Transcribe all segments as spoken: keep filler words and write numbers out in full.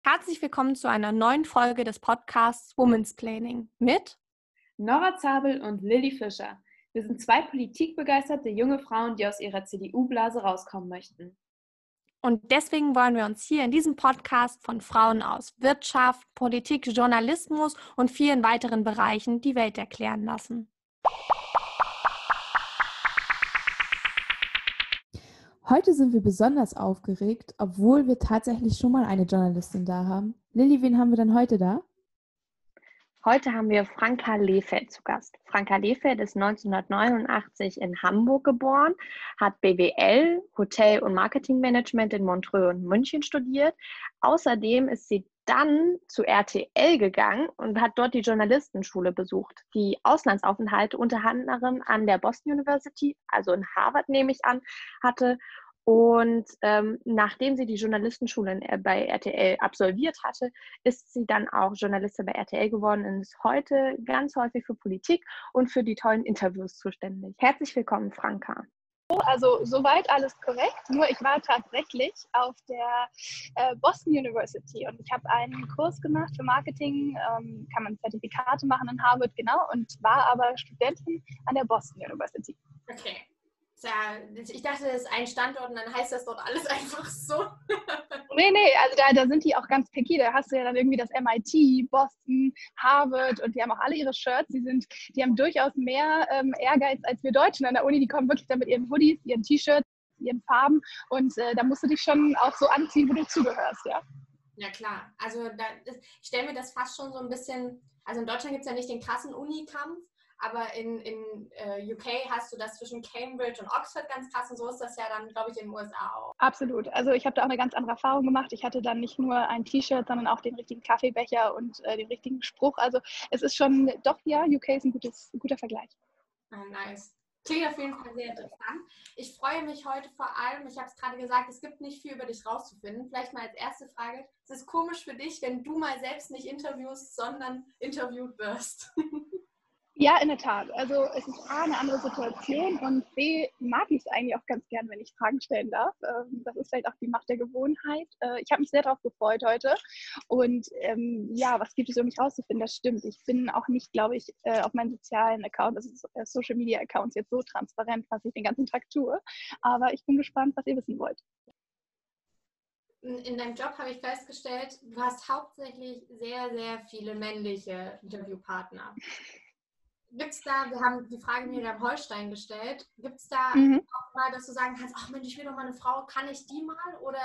Herzlich willkommen zu einer neuen Folge des Podcasts Women's Planning mit Nora Zabel und Lilly Fischer. Wir sind zwei politikbegeisterte junge Frauen, die aus ihrer C D U-Blase rauskommen möchten. und deswegen wollen wir uns hier in diesem Podcast von Frauen aus Wirtschaft, Politik, Journalismus und vielen weiteren Bereichen die Welt erklären lassen. Heute sind wir besonders aufgeregt, obwohl wir tatsächlich schon mal eine Journalistin da haben. Lilly, wen haben wir denn heute da? Heute haben wir Franka Lehfeld zu Gast. Franka Lehfeld ist neunzehnhundertneunundachtzig in Hamburg geboren, hat B W L, Hotel- und Marketingmanagement in Montreux und München studiert. Außerdem ist sie dann zu R T L gegangen und hat dort die Journalistenschule besucht, die Auslandsaufenthalte unter anderem an der Boston University, also in Harvard nehme ich an, hatte. Und ähm, nachdem sie die Journalistenschule bei R T L absolviert hatte, ist sie dann auch Journalistin bei R T L geworden und ist heute ganz häufig für Politik und für die tollen Interviews zuständig. Herzlich willkommen, Franka. Also soweit alles korrekt, nur ich war tatsächlich auf der äh, Boston University und ich habe einen Kurs gemacht für Marketing, ähm, kann man Zertifikate machen in Harvard, genau, und war aber Studentin an der Boston University. Okay. Ja, ich dachte, das ist ein Standort und dann heißt das dort alles einfach so. Nee, nee, also da, da sind die auch ganz picky, da hast du ja dann irgendwie das M I T, Boston, Harvard und die haben auch alle ihre Shirts, die sind, die haben durchaus mehr ähm, Ehrgeiz als wir Deutschen an der Uni, die kommen wirklich dann mit ihren Hoodies, ihren T-Shirts, ihren Farben und äh, da musst du dich schon auch so anziehen, wo du zugehörst, ja. Ja klar, also da, ich stelle mir das fast schon so ein bisschen, also in Deutschland gibt es ja nicht den krassen Unikampf, aber in, in äh, U K hast du das zwischen Cambridge und Oxford ganz krass und so ist das ja dann, glaube ich, in den U S A auch. Absolut. Also ich habe da auch eine ganz andere Erfahrung gemacht. Ich hatte dann nicht nur ein T-Shirt, sondern auch den richtigen Kaffeebecher und äh, den richtigen Spruch. Also es ist schon, doch ja, U K ist ein, gutes, ein guter Vergleich. Ah, nice. Klingt auf jeden Fall sehr interessant. Ich freue mich heute vor allem, ich habe es gerade gesagt, es gibt nicht viel über dich rauszufinden. Vielleicht mal als erste Frage, ist es komisch für dich, wenn du mal selbst nicht interviewst, sondern interviewt wirst? Ja, in der Tat. Also es ist A, eine andere Situation und B, mag ich es eigentlich auch ganz gern, wenn ich Fragen stellen darf. Das ist vielleicht auch die Macht der Gewohnheit. Ich habe mich sehr darauf gefreut heute und ähm, ja, was gibt es, um mich rauszufinden? Das stimmt. Ich bin auch nicht, glaube ich, auf meinen sozialen Account, das ist Social Media Accounts jetzt so transparent, was ich den ganzen Tag tue. Aber ich bin gespannt, was ihr wissen wollt. In deinem Job habe ich festgestellt, du hast hauptsächlich sehr, sehr viele männliche Interviewpartner. Gibt es da, wir haben die Frage Miriam Holstein gestellt, gibt es da mhm. auch mal, dass du sagen kannst, ach Mensch, ich will doch mal eine Frau, kann ich die mal? Oder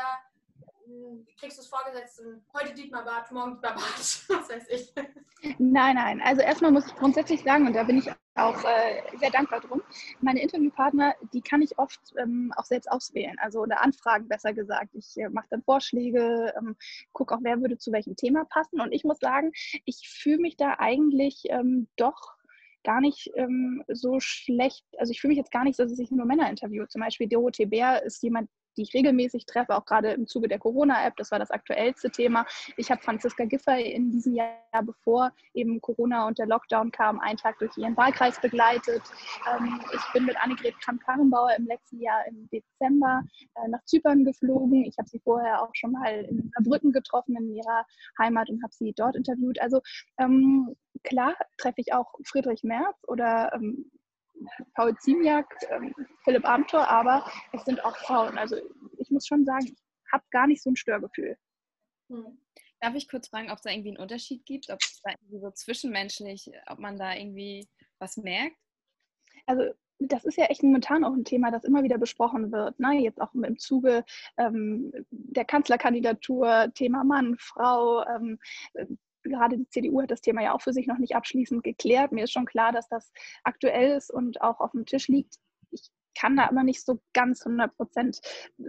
mh, kriegst du es vorgesetzt, heute Dietmar Barth, morgen Dietmar Barth, was weiß ich? Nein, nein, also erstmal muss ich grundsätzlich sagen, und da bin ich auch äh, sehr dankbar drum, meine Interviewpartner, die kann ich oft ähm, auch selbst auswählen, also oder anfragen, besser gesagt. Ich äh, mache dann Vorschläge, ähm, gucke auch, wer würde zu welchem Thema passen und ich muss sagen, ich fühle mich da eigentlich ähm, doch gar nicht ähm, so schlecht, also ich fühle mich jetzt gar nicht, dass ich nur Männer interviewe. Zum Beispiel Dorothee Bär ist jemand, die ich regelmäßig treffe, auch gerade im Zuge der Corona-App, das war das aktuellste Thema. Ich habe Franziska Giffey in diesem Jahr, bevor eben Corona und der Lockdown kam, einen Tag durch ihren Wahlkreis begleitet. Ähm, ich bin mit Annegret Kramp-Karrenbauer im letzten Jahr im Dezember äh, nach Zypern geflogen. Ich habe sie vorher auch schon mal in Saarbrücken getroffen, in ihrer Heimat und habe sie dort interviewt. Also ähm, klar treffe ich auch Friedrich Merz oder ähm, Paul Ziemiak, ähm, Philipp Amthor, aber es sind auch Frauen. Also ich muss schon sagen, ich habe gar nicht so ein Störgefühl. Hm. Darf ich kurz fragen, ob es da irgendwie einen Unterschied gibt, ob es da irgendwie so zwischenmenschlich, ob man da irgendwie was merkt? Also das ist ja echt momentan auch ein Thema, das immer wieder besprochen wird. Ne? Jetzt auch im Zuge ähm, der Kanzlerkandidatur, Thema Mann, Frau, ähm, gerade die C D U hat das Thema ja auch für sich noch nicht abschließend geklärt. Mir ist schon klar, dass das aktuell ist und auch auf dem Tisch liegt. Ich kann da aber nicht so ganz hundert Prozent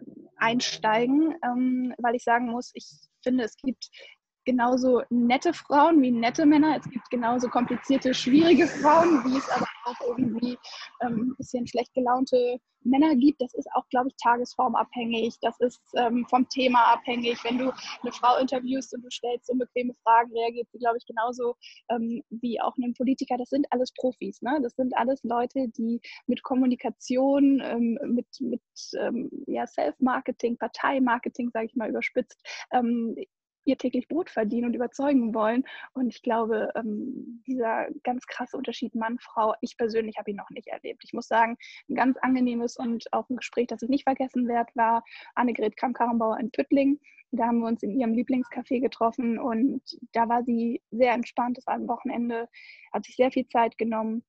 einsteigen, ähm, weil ich sagen muss, ich finde, es gibt genauso nette Frauen wie nette Männer. Es gibt genauso komplizierte, schwierige Frauen, wie es aber auch irgendwie ähm, ein bisschen schlecht gelaunte Männer gibt. Das ist auch, glaube ich, tagesformabhängig. Das ist ähm, vom Thema abhängig. Wenn du eine Frau interviewst und du stellst unbequeme Fragen, reagiert sie, glaube ich, genauso ähm, wie auch ein Politiker. Das sind alles Profis. Ne? Das sind alles Leute, die mit Kommunikation, ähm, mit, mit ähm, ja, Self-Marketing, Parteimarketing, sage ich mal überspitzt, ähm, ihr täglich Brot verdienen und überzeugen wollen. Und ich glaube, ähm, dieser ganz krasse Unterschied Mann-Frau, ich persönlich habe ihn noch nicht erlebt. Ich muss sagen, ein ganz angenehmes und auch ein Gespräch, das ich nicht vergessen werde, war Annegret Kramp-Karrenbauer in Püttling. Da haben wir uns in ihrem Lieblingscafé getroffen und da war sie sehr entspannt. Es war am Wochenende, hat sich sehr viel Zeit genommen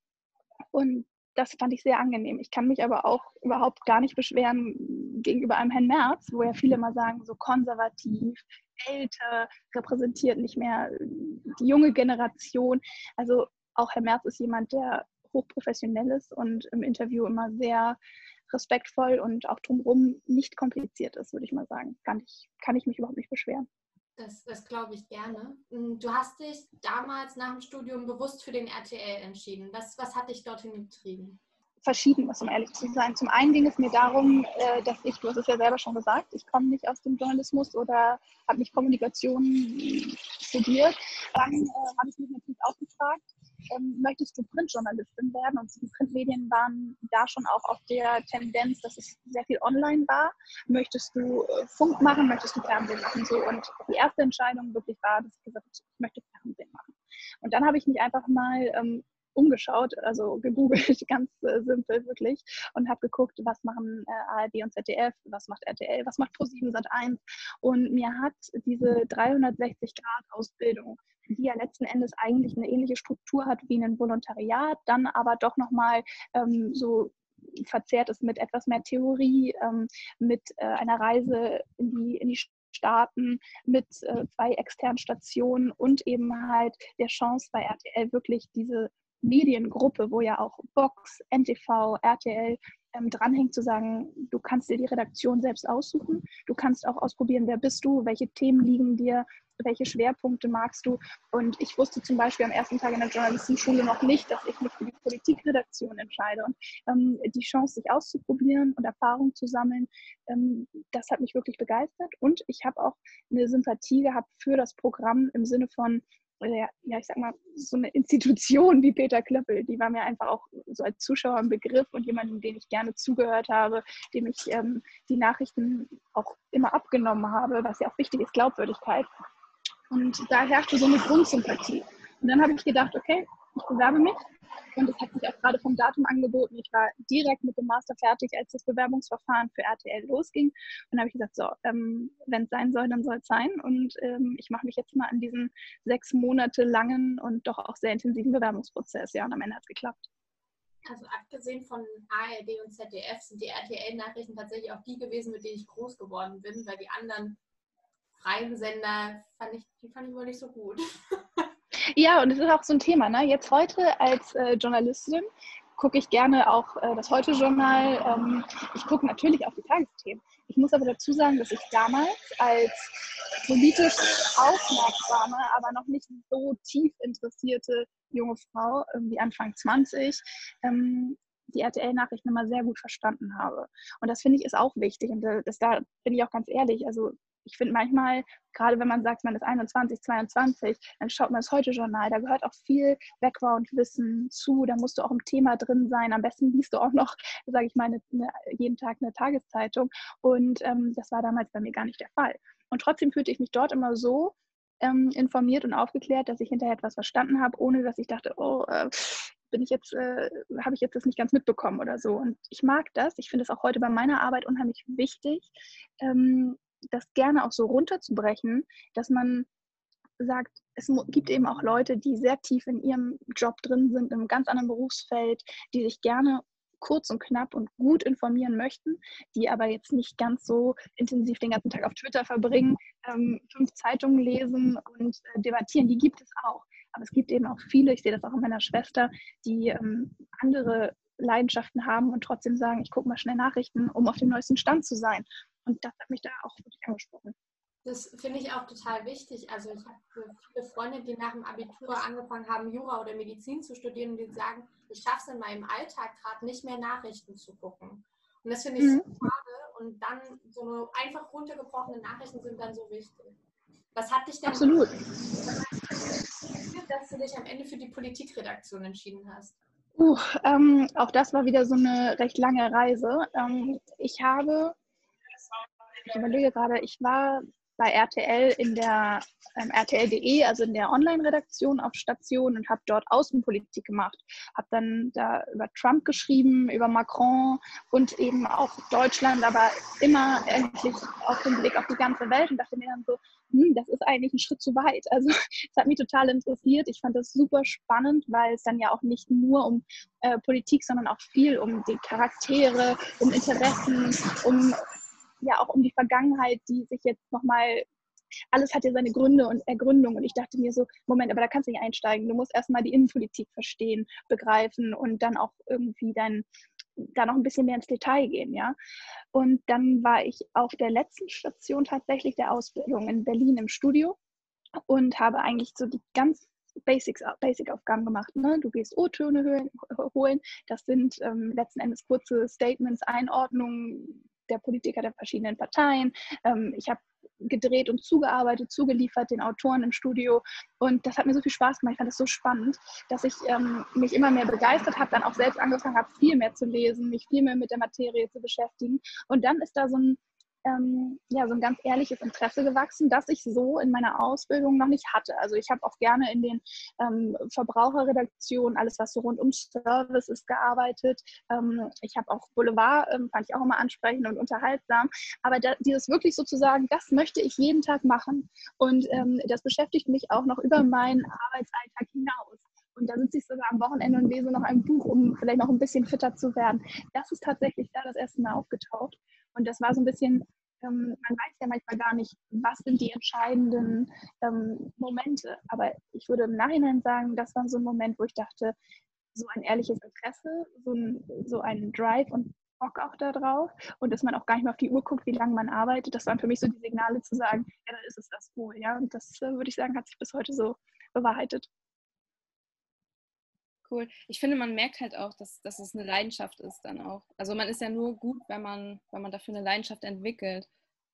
und das fand ich sehr angenehm. Ich kann mich aber auch überhaupt gar nicht beschweren gegenüber einem Herrn Merz, wo ja viele mal sagen, so konservativ, älter, repräsentiert nicht mehr die junge Generation. Also auch Herr Merz ist jemand, der hochprofessionell ist und im Interview immer sehr respektvoll und auch drumherum nicht kompliziert ist, würde ich mal sagen. Kann ich, kann ich mich überhaupt nicht beschweren. Das, das glaube ich gerne. Du hast dich damals nach dem Studium bewusst für den R T L entschieden. Was, was hat dich dorthin getrieben? Verschiedenes, um ehrlich zu sein. Zum einen ging es mir darum, dass ich, du hast es ja selber schon gesagt, ich komme nicht aus dem Journalismus oder habe nicht Kommunikation studiert. Dann äh, habe ich mich natürlich auch gefragt, ähm, möchtest du Printjournalistin werden? Und die Printmedien waren da schon auch auf der Tendenz, dass es sehr viel online war. Möchtest du äh, Funk machen? Möchtest du Fernsehen machen? So. Und die erste Entscheidung wirklich war, dass ich gesagt habe, ich möchte Fernsehen machen. Und dann habe ich mich einfach mal ähm, umgeschaut, also gegoogelt, ganz äh, simpel wirklich, und habe geguckt, was machen äh, A R D und Z D F, was macht R T L, was macht ProSieben Sat eins. Und mir hat diese dreihundertsechzig Grad Ausbildung, die ja letzten Endes eigentlich eine ähnliche Struktur hat wie ein Volontariat, dann aber doch nochmal ähm, so verzerrt ist mit etwas mehr Theorie, ähm, mit äh, einer Reise in die, in die Staaten, mit äh, zwei externen Stationen und eben halt der Chance bei R T L wirklich diese Mediengruppe, wo ja auch Vox, N T V, R T L ähm, dranhängt, zu sagen, du kannst dir die Redaktion selbst aussuchen, du kannst auch ausprobieren, wer bist du, welche Themen liegen dir, welche Schwerpunkte magst du. Und ich wusste zum Beispiel am ersten Tag in der Journalistenschule noch nicht, dass ich mich für die Politikredaktion entscheide. Und ähm, die Chance, sich auszuprobieren und Erfahrung zu sammeln, ähm, das hat mich wirklich begeistert. Und ich habe auch eine Sympathie gehabt für das Programm im Sinne von, ja, ich sag mal, so eine Institution wie Peter Klöppel, die war mir einfach auch so als Zuschauer ein Begriff und jemanden, den ich gerne zugehört habe, dem ich ähm, die Nachrichten auch immer abgenommen habe, was ja auch wichtig ist, Glaubwürdigkeit. Und da herrschte so eine Grundsympathie. Und dann habe ich gedacht, okay, ich bewerbe mich. Und es hat sich auch gerade vom Datum angeboten. Ich war direkt mit dem Master fertig, als das Bewerbungsverfahren für R T L losging. Und dann habe ich gesagt, so, ähm, wenn es sein soll, dann soll es sein. Und ähm, ich mache mich jetzt mal an diesen sechs Monate langen und doch auch sehr intensiven Bewerbungsprozess. Ja, und am Ende hat es geklappt. Also abgesehen von A R D und Z D F sind die R T L-Nachrichten tatsächlich auch die gewesen, mit denen ich groß geworden bin, weil die anderen freien Sender, fand ich, die fand ich wohl nicht so gut. Ja, und es ist auch so ein Thema, ne? Jetzt heute als äh, Journalistin gucke ich gerne auch äh, das Heute-Journal. Ähm, ich gucke natürlich auch die Tagesthemen. Ich muss aber dazu sagen, dass ich damals als politisch aufmerksame, aber noch nicht so tief interessierte junge Frau, irgendwie Anfang zwanzig, ähm, die R T L-Nachrichten immer sehr gut verstanden habe. Und das finde ich ist auch wichtig. Und das, da bin ich auch ganz ehrlich, also ich finde manchmal, gerade wenn man sagt, man ist einundzwanzig, zweiundzwanzig, dann schaut man das Heute-Journal, da gehört auch viel Background-Wissen zu, da musst du auch im Thema drin sein, am besten liest du auch noch, sage ich mal, eine, eine, jeden Tag eine Tageszeitung und ähm, das war damals bei mir gar nicht der Fall. Und trotzdem fühlte ich mich dort immer so ähm, informiert und aufgeklärt, dass ich hinterher etwas verstanden habe, ohne dass ich dachte, oh, äh, bin ich jetzt, äh, habe ich jetzt das nicht ganz mitbekommen oder so. Und ich mag das, ich finde es auch heute bei meiner Arbeit unheimlich wichtig, ähm, das gerne auch so runterzubrechen, dass man sagt, es gibt eben auch Leute, die sehr tief in ihrem Job drin sind, in einem ganz anderen Berufsfeld, die sich gerne kurz und knapp und gut informieren möchten, die aber jetzt nicht ganz so intensiv den ganzen Tag auf Twitter verbringen, ähm, fünf Zeitungen lesen und äh, debattieren. Die gibt es auch. Aber es gibt eben auch viele, ich sehe das auch in meiner Schwester, die ähm, andere Leidenschaften haben und trotzdem sagen, ich gucke mal schnell Nachrichten, um auf dem neuesten Stand zu sein. Und das hat mich da auch wirklich angesprochen. Das finde ich auch total wichtig. Also ich habe viele Freunde, die nach dem Abitur angefangen haben, Jura oder Medizin zu studieren und die sagen, ich schaffe es in meinem Alltag gerade nicht mehr, Nachrichten zu gucken. Und das finde ich mhm. so schade. Und dann so eine einfach runtergebrochene Nachrichten sind dann so wichtig. Was hat dich denn Absolut. dass du dich am Ende für die Politikredaktion entschieden hast? Uh, ähm, auch das war wieder so eine recht lange Reise. Ähm, ich habe, ich überlege gerade, ich war bei R T L in der ähm, R T L punkt de, also in der Online-Redaktion auf Station und habe dort Außenpolitik gemacht. Habe dann da über Trump geschrieben, über Macron und eben auch Deutschland, aber immer eigentlich auf den Blick auf die ganze Welt und dachte mir dann so, hm, das ist eigentlich ein Schritt zu weit. Also es hat mich total interessiert. Ich fand das super spannend, weil es dann ja auch nicht nur um äh, Politik, sondern auch viel um die Charaktere, um Interessen, um ja auch um die Vergangenheit, die sich jetzt nochmal, alles hat ja seine Gründe und Ergründung und ich dachte mir so, Moment, aber da kannst du nicht einsteigen, du musst erstmal die Innenpolitik verstehen, begreifen und dann auch irgendwie dann da noch ein bisschen mehr ins Detail gehen, ja. Und dann war ich auf der letzten Station tatsächlich der Ausbildung in Berlin im Studio und habe eigentlich so die ganz Basics, Basic-Aufgaben gemacht. Ne? Du gehst O-Töne holen, das sind ähm, letzten Endes kurze Statements, Einordnungen der Politiker der verschiedenen Parteien. Ähm, ich habe gedreht und zugearbeitet, zugeliefert den Autoren im Studio und das hat mir so viel Spaß gemacht, ich fand das so spannend, dass ich ähm, mich immer mehr begeistert habe, dann auch selbst angefangen habe, viel mehr zu lesen, mich viel mehr mit der Materie zu beschäftigen und dann ist da so ein Ähm, ja, so ein ganz ehrliches Interesse gewachsen, das ich so in meiner Ausbildung noch nicht hatte. Also ich habe auch gerne in den ähm, Verbraucherredaktionen, alles was so rund um Service ist, gearbeitet. Ähm, ich habe auch Boulevard, ähm, fand ich auch immer ansprechend und unterhaltsam. Aber da, dieses wirklich sozusagen, das möchte ich jeden Tag machen. Und ähm, das beschäftigt mich auch noch über meinen Arbeitsalltag hinaus. Und da sitze ich sogar am Wochenende und lese noch ein Buch, um vielleicht noch ein bisschen fitter zu werden. Das ist tatsächlich da das erste Mal aufgetaucht. Und das war so ein bisschen, ähm, man weiß ja manchmal gar nicht, was sind die entscheidenden ähm, Momente. Aber ich würde im Nachhinein sagen, das war so ein Moment, wo ich dachte, so ein ehrliches Interesse, so ein, so ein Drive und Bock auch da drauf. Und dass man auch gar nicht mehr auf die Uhr guckt, wie lange man arbeitet. Das waren für mich so die Signale zu sagen, ja, dann ist es das wohl. Ja? Und das, äh, würde ich sagen, hat sich bis heute so bewahrheitet. Cool. Ich finde, man merkt halt auch, dass, dass es eine Leidenschaft ist dann auch. Also man ist ja nur gut, wenn man, wenn man dafür eine Leidenschaft entwickelt.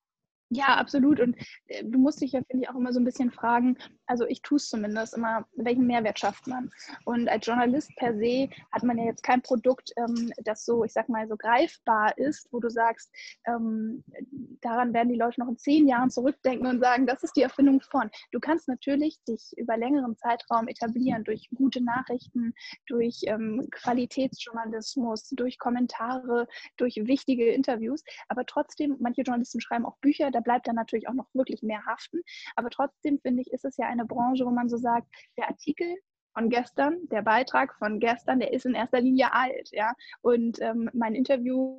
Ja, absolut. Und äh, du musst dich ja, finde ich, auch immer so ein bisschen fragen, also ich tue es zumindest immer, welchen Mehrwert schafft man? Und als Journalist per se hat man ja jetzt kein Produkt, ähm, das so, ich sag mal, so greifbar ist, wo du sagst, ähm, daran werden die Leute noch in zehn Jahren zurückdenken und sagen, das ist die Erfindung von. Du kannst natürlich dich über längeren Zeitraum etablieren durch gute Nachrichten, durch ähm, Qualitätsjournalismus, durch Kommentare, durch wichtige Interviews, aber trotzdem, manche Journalisten schreiben auch Bücher, da bleibt dann natürlich auch noch wirklich mehr haften. Aber trotzdem, finde ich, ist es ja eine Branche, wo man so sagt, der Artikel von gestern, der Beitrag von gestern, der ist in erster Linie alt. Ja? Und ähm, mein Interview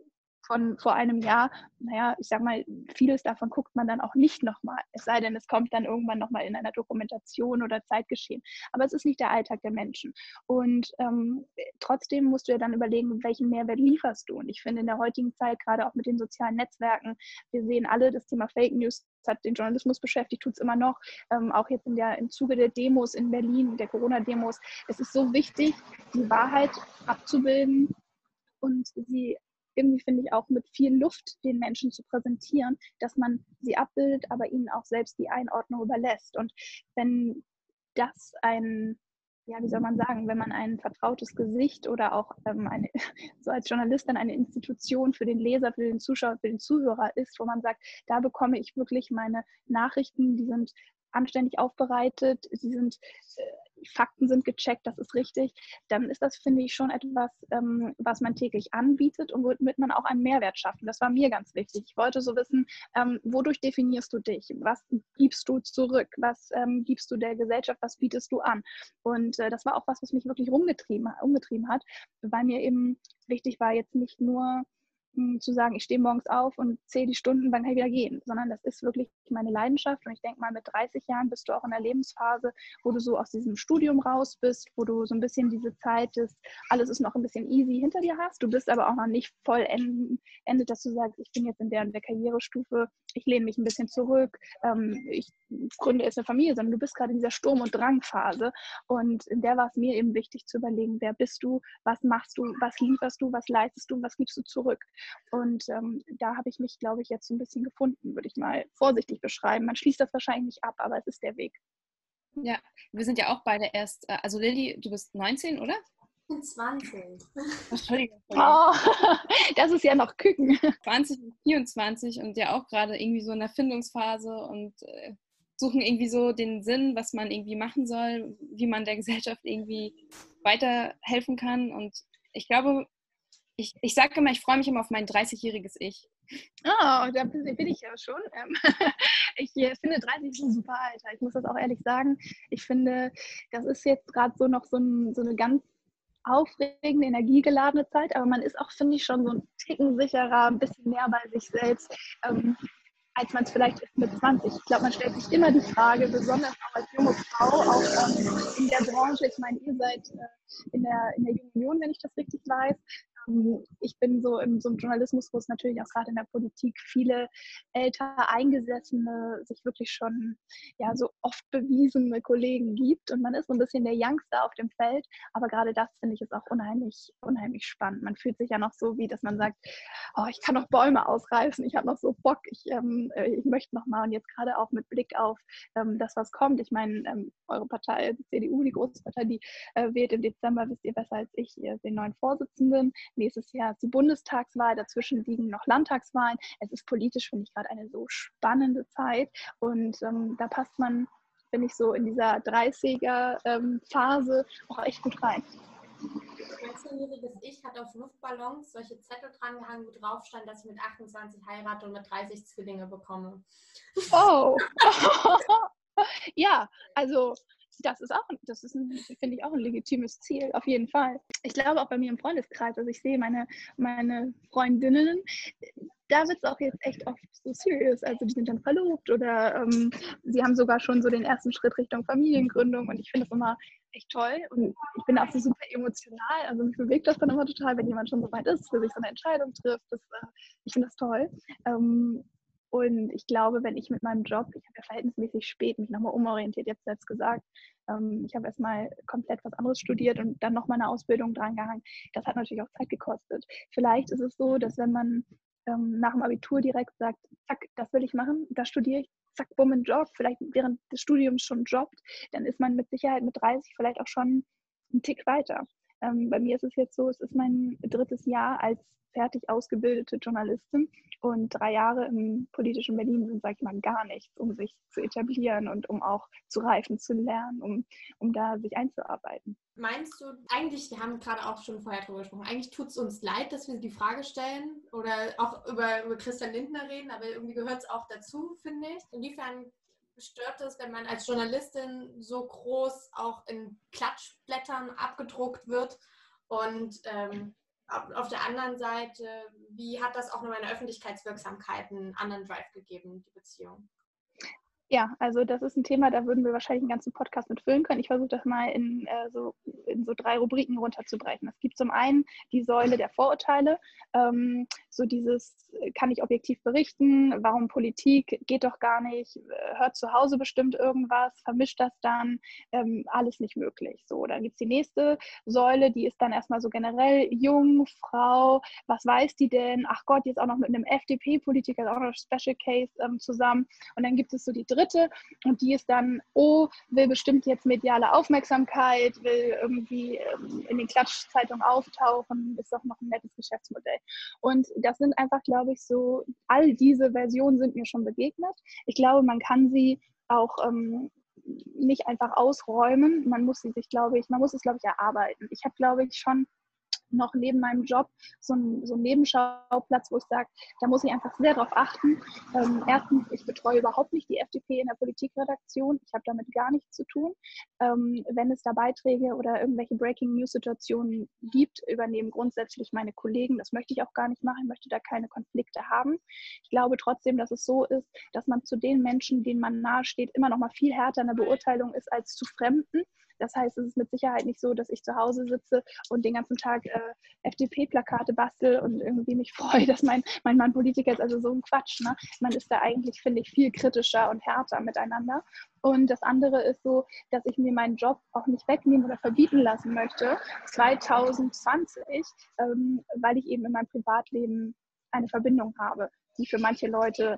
von vor einem Jahr, naja, ich sag mal, vieles davon guckt man dann auch nicht nochmal. Es sei denn, es kommt dann irgendwann nochmal in einer Dokumentation oder Zeitgeschehen. Aber es ist nicht der Alltag der Menschen. Und ähm, trotzdem musst du ja dann überlegen, welchen Mehrwert lieferst du. Und ich finde in der heutigen Zeit, gerade auch mit den sozialen Netzwerken, wir sehen alle, das Thema Fake News hat den Journalismus beschäftigt, tut es immer noch, ähm, auch jetzt in der, im Zuge der Demos in Berlin, der Corona-Demos. Es ist so wichtig, die Wahrheit abzubilden und sie irgendwie, finde ich, auch mit viel Luft den Menschen zu präsentieren, dass man sie abbildet, aber ihnen auch selbst die Einordnung überlässt. Und wenn das ein, ja, wie soll man sagen, wenn man ein vertrautes Gesicht oder auch ähm, eine, so als Journalist dann eine Institution für den Leser, für den Zuschauer, für den Zuhörer ist, wo man sagt, da bekomme ich wirklich meine Nachrichten, die sind anständig aufbereitet, sie sind, äh, Fakten sind gecheckt, das ist richtig, dann ist das, finde ich, schon etwas, ähm, was man täglich anbietet und womit man auch einen Mehrwert schafft. Und das war mir ganz wichtig. Ich wollte so wissen, ähm, wodurch definierst du dich? Was gibst du zurück? Was ähm, gibst du der Gesellschaft? Was bietest du an? Und äh, das war auch was, was mich wirklich rumgetrieben, umgetrieben hat, weil mir eben wichtig war, jetzt nicht nur zu sagen, ich stehe morgens auf und zähle die Stunden, wann kann ich wieder gehen, sondern das ist wirklich meine Leidenschaft und ich denke mal, mit dreißig Jahren bist du auch in der Lebensphase, wo du so aus diesem Studium raus bist, wo du so ein bisschen diese Zeit ist, alles ist noch ein bisschen easy hinter dir hast, du bist aber auch noch nicht voll endet, dass du sagst, ich bin jetzt in der und der Karrierestufe, ich lehne mich ein bisschen zurück, ähm, ich gründe jetzt eine Familie, sondern du bist gerade in dieser Sturm- und Drangphase und in der war es mir eben wichtig zu überlegen, wer bist du, was machst du, was lieferst du, was leistest du, was gibst du zurück. Und ähm, da habe ich mich, glaube ich, jetzt so ein bisschen gefunden, würde ich mal vorsichtig beschreiben. Man schließt das wahrscheinlich nicht ab, aber es ist der Weg. Ja, wir sind ja auch beide erst, also Lilly, du bist neunzehn, oder? zwanzig. Entschuldigung. Oh, das ist ja noch Küken. zwanzig und vierundzwanzig und ja auch gerade irgendwie so in der Findungsphase und äh, suchen irgendwie so den Sinn, was man irgendwie machen soll, wie man der Gesellschaft irgendwie weiterhelfen kann. Und ich glaube, ich, ich sage immer, ich freue mich immer auf mein dreißigjähriges Ich. Oh, da bin bin ich ja schon. Ähm, Ich äh, finde dreißig ist ein super Alter. Ich muss das auch ehrlich sagen. Ich finde, das ist jetzt gerade so noch so, ein, so eine ganz aufregende, energiegeladene Zeit, aber man ist auch, finde ich, schon so ein Ticken sicherer, ein bisschen mehr bei sich selbst, ähm, als man es vielleicht ist mit zwanzig. Ich glaube, man stellt sich immer die Frage, besonders auch als junge Frau, auch ähm, in der Branche, ich meine, ihr seid äh, in der, in der Jungen Union, wenn ich das richtig weiß. Ähm, ich bin so in so einem Journalismus, wo es natürlich auch gerade in der Politik viele älter Eingesessene, sich wirklich schon ja so oft bewiesene Kollegen gibt und man ist so ein bisschen der Youngster auf dem Feld, aber gerade das finde ich ist auch unheimlich, unheimlich spannend. Man fühlt sich ja noch so, wie dass man sagt, oh, ich kann noch Bäume ausreißen, ich habe noch so Bock, ich, ähm, ich möchte noch mal und jetzt gerade auch mit Blick auf ähm, das, was kommt. Ich meine, ähm, eure Partei, die C D U, die große Partei, die äh, wählt im Dezember, wisst ihr besser als ich, äh, den neuen Vorsitzenden. Nächstes Jahr ist die Bundestagswahl, dazwischen liegen noch Landtagswahlen. Es ist politisch, finde ich, gerade eine so spannende Zeit und ähm, da passt man, finde ich, so in dieser dreißiger-Phase auch echt gut rein. Mein zehnjähriges Ich hat auf Luftballons solche Zettel dran gehangen, wo drauf stand, dass ich mit achtundzwanzig heirate und mit dreißig Zwillinge bekomme. Oh! Ja, also das ist auch, das ist, ein, finde ich, auch ein legitimes Ziel, auf jeden Fall. Ich glaube auch bei mir im Freundeskreis, also ich sehe meine, meine Freundinnen, da wird es auch jetzt echt oft so serious, also die sind dann verlobt oder ähm, sie haben sogar schon so den ersten Schritt Richtung Familiengründung und ich finde das immer echt toll und ich bin auch so super emotional, also mich bewegt das dann immer total, wenn jemand schon so weit ist, für sich so eine Entscheidung trifft, das, äh, ich finde das toll. Ähm, Und ich glaube, wenn ich mit meinem Job, ich habe ja verhältnismäßig spät mich nochmal umorientiert, jetzt selbst gesagt, ähm, ich habe erstmal komplett was anderes studiert und dann nochmal eine Ausbildung drangehangen. Das hat natürlich auch Zeit gekostet. Vielleicht ist es so, dass wenn man ähm, nach dem Abitur direkt sagt, zack, das will ich machen, das studiere ich, zack, bumm, einen Job, vielleicht während des Studiums schon jobbt, dann ist man mit Sicherheit mit dreißig vielleicht auch schon einen Tick weiter. Ähm, bei mir ist es jetzt so, es ist mein drittes Jahr als fertig ausgebildete Journalistin und drei Jahre im politischen Berlin sind, sage ich mal, gar nichts, um sich zu etablieren und um auch zu reifen, zu lernen, um, um da sich einzuarbeiten. Meinst du, eigentlich, wir haben gerade auch schon vorher drüber gesprochen, eigentlich tut es uns leid, dass wir die Frage stellen oder auch über, über Christian Lindner reden, aber irgendwie gehört es auch dazu, finde ich. Inwiefern stört es, wenn man als Journalistin so groß auch in Klatschblättern abgedruckt wird und ähm, auf der anderen Seite, wie hat das auch nochmal eine Öffentlichkeitswirksamkeit einen anderen Drive gegeben, die Beziehung? Ja, also das ist ein Thema, da würden wir wahrscheinlich einen ganzen Podcast mit füllen können. Ich versuche das mal in, äh, so, in so drei Rubriken runterzubrechen. Es gibt zum einen die Säule der Vorurteile, ähm, so dieses, kann ich objektiv berichten, warum Politik, geht doch gar nicht, hört zu Hause bestimmt irgendwas, vermischt das dann, ähm, alles nicht möglich. So, dann gibt es die nächste Säule, die ist dann erstmal so generell jung, Frau, was weiß die denn? Ach Gott, jetzt auch noch mit einem F D P-Politiker, auch noch Special Case ähm, zusammen. Und dann gibt es so die dritte und die ist dann, oh, will bestimmt jetzt mediale Aufmerksamkeit, will irgendwie ähm, in den Klatschzeitungen auftauchen, ist doch noch ein nettes Geschäftsmodell. Und das sind einfach, glaube ich, so, all diese Versionen sind mir schon begegnet. Ich glaube, man kann sie auch ähm, nicht einfach ausräumen. Man muss sie sich, glaube ich, man muss es, glaube ich, erarbeiten. Ich habe, glaube ich, schon noch neben meinem Job so einen, so einen Nebenschauplatz, wo ich sage, da muss ich einfach sehr darauf achten. Ähm, erstens, ich betreue überhaupt nicht die F D P in der Politikredaktion. Ich habe damit gar nichts zu tun. Ähm, wenn es da Beiträge oder irgendwelche Breaking-News-Situationen gibt, übernehmen grundsätzlich meine Kollegen. Das möchte ich auch gar nicht machen. Ich möchte da keine Konflikte haben. Ich glaube trotzdem, dass es so ist, dass man zu den Menschen, denen man nahesteht, immer noch mal viel härter in der Beurteilung ist als zu Fremden. Das heißt, es ist mit Sicherheit nicht so, dass ich zu Hause sitze und den ganzen Tag äh, F D P-Plakate bastel und irgendwie mich freue, dass mein, mein Mann Politiker ist. Also so ein Quatsch. Ne? Man ist da eigentlich, finde ich, viel kritischer und härter miteinander. Und das andere ist so, dass ich mir meinen Job auch nicht wegnehmen oder verbieten lassen möchte, zwanzig zwanzig, ähm, weil ich eben in meinem Privatleben eine Verbindung habe, die für manche Leute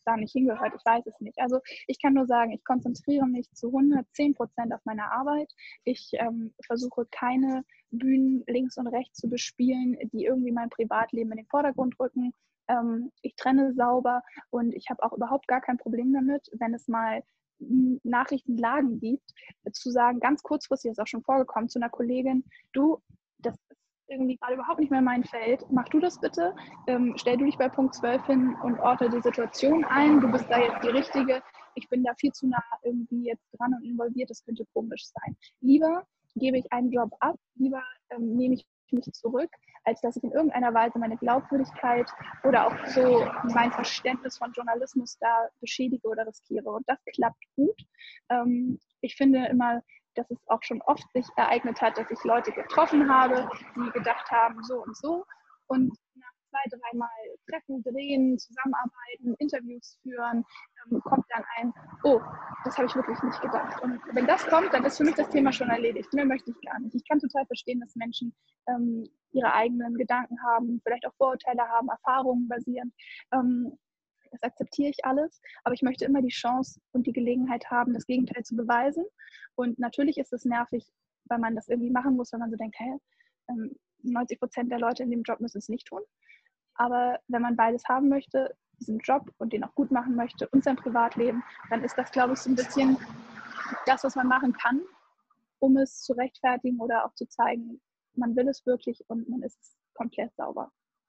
da nicht hingehört. Ich weiß es nicht. Also ich kann nur sagen, ich konzentriere mich zu hundertzehn Prozent auf meine Arbeit. Ich ähm, versuche keine Bühnen links und rechts zu bespielen, die irgendwie mein Privatleben in den Vordergrund rücken. Ähm, ich trenne sauber und ich habe auch überhaupt gar kein Problem damit, wenn es mal Nachrichtenlagen gibt, zu sagen, ganz kurzfristig ist auch schon vorgekommen, zu einer Kollegin, du, das ist irgendwie gerade überhaupt nicht mehr mein Feld, mach du das bitte, ähm, stell du dich bei Punkt zwölf hin und ordne die Situation ein, du bist da jetzt die Richtige, ich bin da viel zu nah irgendwie jetzt dran und involviert, das könnte komisch sein. Lieber gebe ich einen Job ab, lieber ähm, nehme ich mich zurück, als dass ich in irgendeiner Weise meine Glaubwürdigkeit oder auch so mein Verständnis von Journalismus da beschädige oder riskiere. Und das klappt gut. Ähm, ich finde immer, dass es auch schon oft sich ereignet hat, dass ich Leute getroffen habe, die gedacht haben, so und so. Und nach zwei, dreimal Treffen, drehen, zusammenarbeiten, Interviews führen, ähm, kommt dann ein, oh, das habe ich wirklich nicht gedacht. Und wenn das kommt, dann ist für mich das Thema schon erledigt. Mehr möchte ich gar nicht. Ich kann total verstehen, dass Menschen ähm, ihre eigenen Gedanken haben, vielleicht auch Vorurteile haben, Erfahrungen basierend. Ähm, das akzeptiere ich alles, aber ich möchte immer die Chance und die Gelegenheit haben, das Gegenteil zu beweisen. Und natürlich ist es nervig, weil man das irgendwie machen muss, wenn man so denkt, hey, ähm, neunzig Prozent der Leute in dem Job müssen es nicht tun. Aber wenn man beides haben möchte, diesen Job und den auch gut machen möchte und sein Privatleben, dann ist das, glaube ich, so ein bisschen das, was man machen kann, um es zu rechtfertigen oder auch zu zeigen, man will es wirklich und man ist komplett sauber.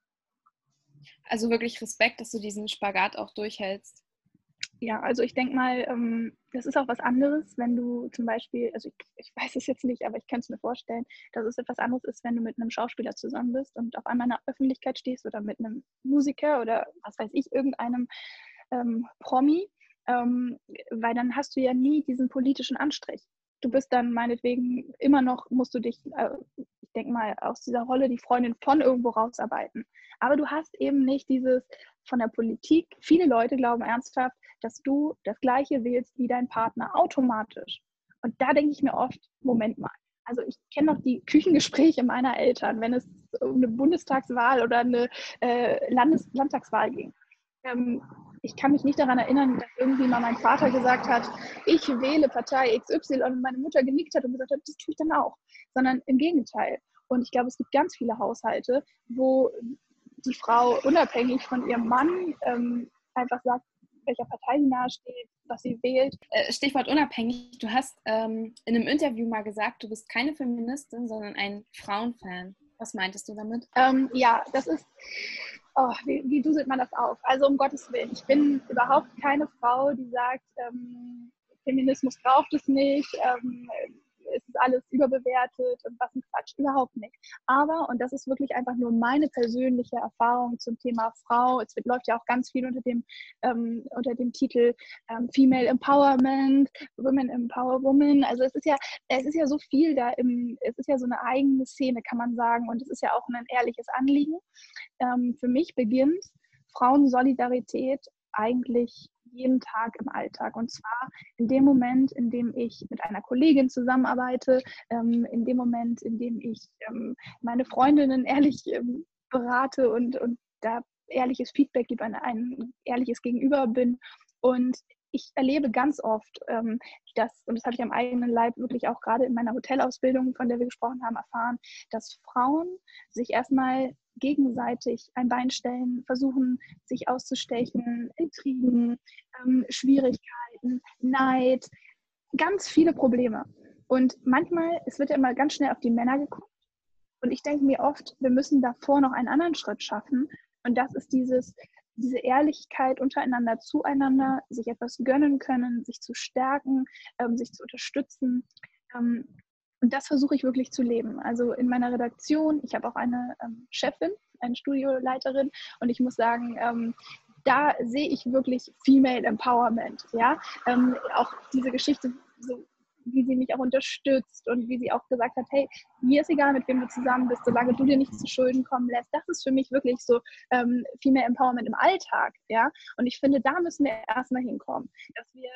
Also wirklich Respekt, dass du diesen Spagat auch durchhältst. Ja, also ich denke mal, ähm, das ist auch was anderes, wenn du zum Beispiel, also ich, ich weiß es jetzt nicht, aber ich kann es mir vorstellen, dass es etwas anderes ist, wenn du mit einem Schauspieler zusammen bist und auf einmal in der Öffentlichkeit stehst oder mit einem Musiker oder was weiß ich, irgendeinem ähm, Promi, ähm, weil dann hast du ja nie diesen politischen Anstrich. Du bist dann meinetwegen immer noch, musst du dich, äh, ich denke mal, aus dieser Rolle die Freundin von irgendwo rausarbeiten. Aber du hast eben nicht dieses von der Politik. Viele Leute glauben ernsthaft, dass du das Gleiche wählst wie dein Partner automatisch. Und da denke ich mir oft, Moment mal. Also ich kenne noch die Küchengespräche meiner Eltern, wenn es um eine Bundestagswahl oder eine äh, Landes- Landtagswahl ging. Ähm, ich kann mich nicht daran erinnern, dass irgendwie mal mein Vater gesagt hat, ich wähle Partei X Y und meine Mutter genickt hat und gesagt hat, das tue ich dann auch. Sondern im Gegenteil. Und ich glaube, es gibt ganz viele Haushalte, wo die Frau unabhängig von ihrem Mann ähm, einfach sagt, welcher Partei sie nahesteht, was sie wählt. Stichwort unabhängig. Du hast ähm, in einem Interview mal gesagt, du bist keine Feministin, sondern ein Frauenfan. Was meintest du damit? Ähm, ja, das ist, oh, wie, wie duselt man das auf? Also um Gottes Willen, ich bin überhaupt keine Frau, die sagt, ähm, Feminismus braucht es nicht, ähm, es ist alles überbewertet und was ein Quatsch, überhaupt nicht. Aber, und das ist wirklich einfach nur meine persönliche Erfahrung zum Thema Frau, es wird, läuft ja auch ganz viel unter dem, ähm, unter dem Titel ähm, Female Empowerment, Women Empower Women, also es ist ja, es ist ja so viel da, im, es ist ja so eine eigene Szene, kann man sagen, und es ist ja auch ein ehrliches Anliegen. Ähm, für mich beginnt Frauensolidarität eigentlich jeden Tag im Alltag. Und zwar in dem Moment, in dem ich mit einer Kollegin zusammenarbeite, ähm, in dem Moment, in dem ich ähm, meine Freundinnen ehrlich ähm, berate und, und da ehrliches Feedback gebe, ein, ein ehrliches Gegenüber bin. Und ich erlebe ganz oft, ähm, dass, und das habe ich am eigenen Leib wirklich auch gerade in meiner Hotelausbildung, von der wir gesprochen haben, erfahren, dass Frauen sich erstmal gegenseitig ein Bein stellen, versuchen, sich auszustechen, Intrigen, ähm, Schwierigkeiten, Neid, ganz viele Probleme. Und manchmal, es wird ja immer ganz schnell auf die Männer geguckt. Und ich denke mir oft, wir müssen davor noch einen anderen Schritt schaffen. Und das ist dieses, diese Ehrlichkeit untereinander, zueinander, sich etwas gönnen können, sich zu stärken, ähm, sich zu unterstützen. Ähm, Und das versuche ich wirklich zu leben. Also in meiner Redaktion, ich habe auch eine ähm, Chefin, eine Studioleiterin und ich muss sagen, ähm, da sehe ich wirklich Female Empowerment. Ja? Ähm, auch diese Geschichte, so, wie sie mich auch unterstützt und wie sie auch gesagt hat, hey, mir ist egal, mit wem du zusammen bist, solange du dir nichts zu Schulden kommen lässt. Das ist für mich wirklich so ähm, Female Empowerment im Alltag. Ja? Und ich finde, da müssen wir erstmal hinkommen, dass wir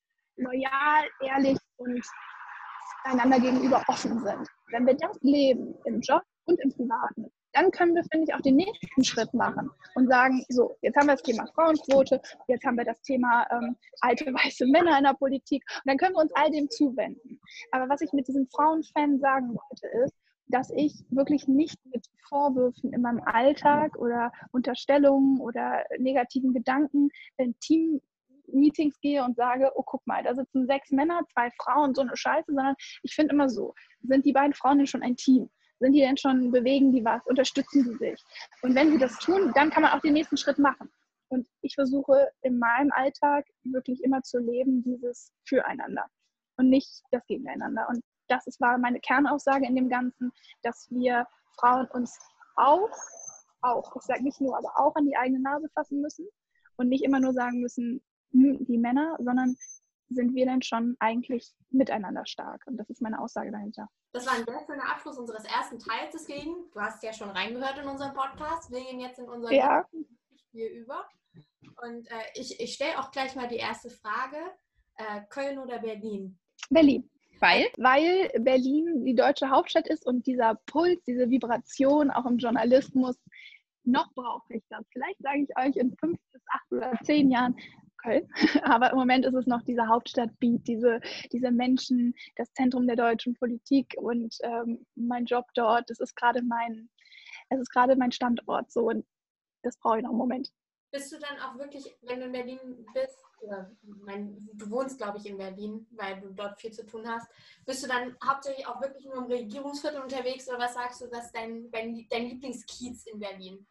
loyal, ehrlich und einander gegenüber offen sind. Wenn wir das leben, im Job und im Privaten, dann können wir, finde ich, auch den nächsten Schritt machen und sagen, so, jetzt haben wir das Thema Frauenquote, jetzt haben wir das Thema ähm, alte weiße Männer in der Politik und dann können wir uns all dem zuwenden. Aber was ich mit diesem Frauenfan sagen wollte, ist, dass ich wirklich nicht mit Vorwürfen in meinem Alltag oder Unterstellungen oder negativen Gedanken in Team-Meetings gehe und sage, oh, guck mal, da sitzen sechs Männer, zwei Frauen, so eine Scheiße, sondern ich finde immer so, sind die beiden Frauen denn schon ein Team? Sind die denn schon, bewegen die was, unterstützen die sich? Und wenn sie das tun, dann kann man auch den nächsten Schritt machen. Und ich versuche in meinem Alltag wirklich immer zu leben, dieses Füreinander und nicht das Gegeneinander. Und das ist, war meine Kernaussage in dem Ganzen, dass wir Frauen uns auch, auch, ich sage nicht nur, aber auch an die eigene Nase fassen müssen und nicht immer nur sagen müssen, die Männer, sondern sind wir denn schon eigentlich miteinander stark? Und das ist meine Aussage dahinter. Das war ein sehr schöner Abschluss unseres ersten Teils. Deswegen, du hast ja schon reingehört in unseren Podcast. Wir gehen jetzt in unser ja. Spiel über. Und äh, ich, ich stelle auch gleich mal die erste Frage. Äh, Köln oder Berlin? Berlin. Weil? Weil Berlin die deutsche Hauptstadt ist und dieser Puls, diese Vibration auch im Journalismus, noch brauche ich das. Vielleicht sage ich euch in fünf bis acht oder zehn Jahren Köln, aber im Moment ist es noch dieser Hauptstadtbeat, diese, diese Menschen, das Zentrum der deutschen Politik und ähm, mein Job dort, das ist gerade mein, es ist gerade mein Standort so und das brauche ich noch einen Moment. Bist du dann auch wirklich, wenn du in Berlin bist, oder mein, du wohnst, glaube ich, in Berlin, weil du dort viel zu tun hast, bist du dann hauptsächlich auch wirklich nur im Regierungsviertel unterwegs oder was sagst du, dass dein, dein, dein Lieblingskiez in Berlin?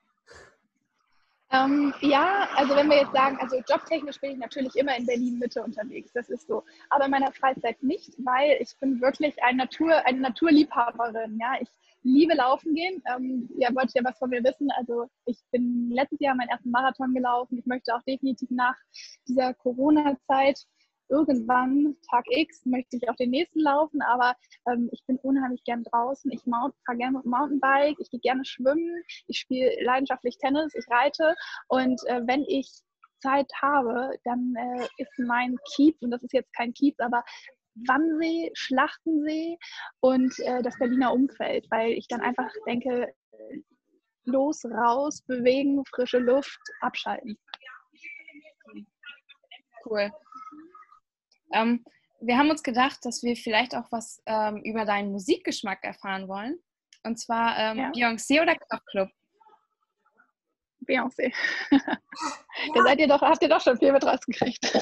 Ähm, ja, also wenn wir jetzt sagen, also jobtechnisch bin ich natürlich immer in Berlin-Mitte unterwegs, das ist so. Aber in meiner Freizeit nicht, weil ich bin wirklich eine, Natur, eine Naturliebhaberin. Ja? Ich liebe Laufen gehen. Ähm, ja, wollt ihr ja was von mir wissen? Also ich bin letztes Jahr meinen ersten Marathon gelaufen. Ich möchte auch definitiv nach dieser Corona-Zeit irgendwann, Tag X, möchte ich auch den nächsten laufen, aber ähm, ich bin unheimlich gern draußen. Ich fahre gerne mit dem Mountainbike, ich gehe gerne schwimmen, ich spiele leidenschaftlich Tennis, ich reite und äh, wenn ich Zeit habe, dann äh, ist mein Kiez, und das ist jetzt kein Kiez, aber Wannsee, Schlachtensee und äh, das Berliner Umfeld, weil ich dann einfach denke, los, raus, bewegen, frische Luft, abschalten. Cool. Ähm, wir haben uns gedacht, dass wir vielleicht auch was ähm, über deinen Musikgeschmack erfahren wollen. Und zwar ähm, ja. Beyoncé oder Kraftklub? Beyoncé. Ja. Da seid ihr doch, habt ihr doch schon viel mit rausgekriegt.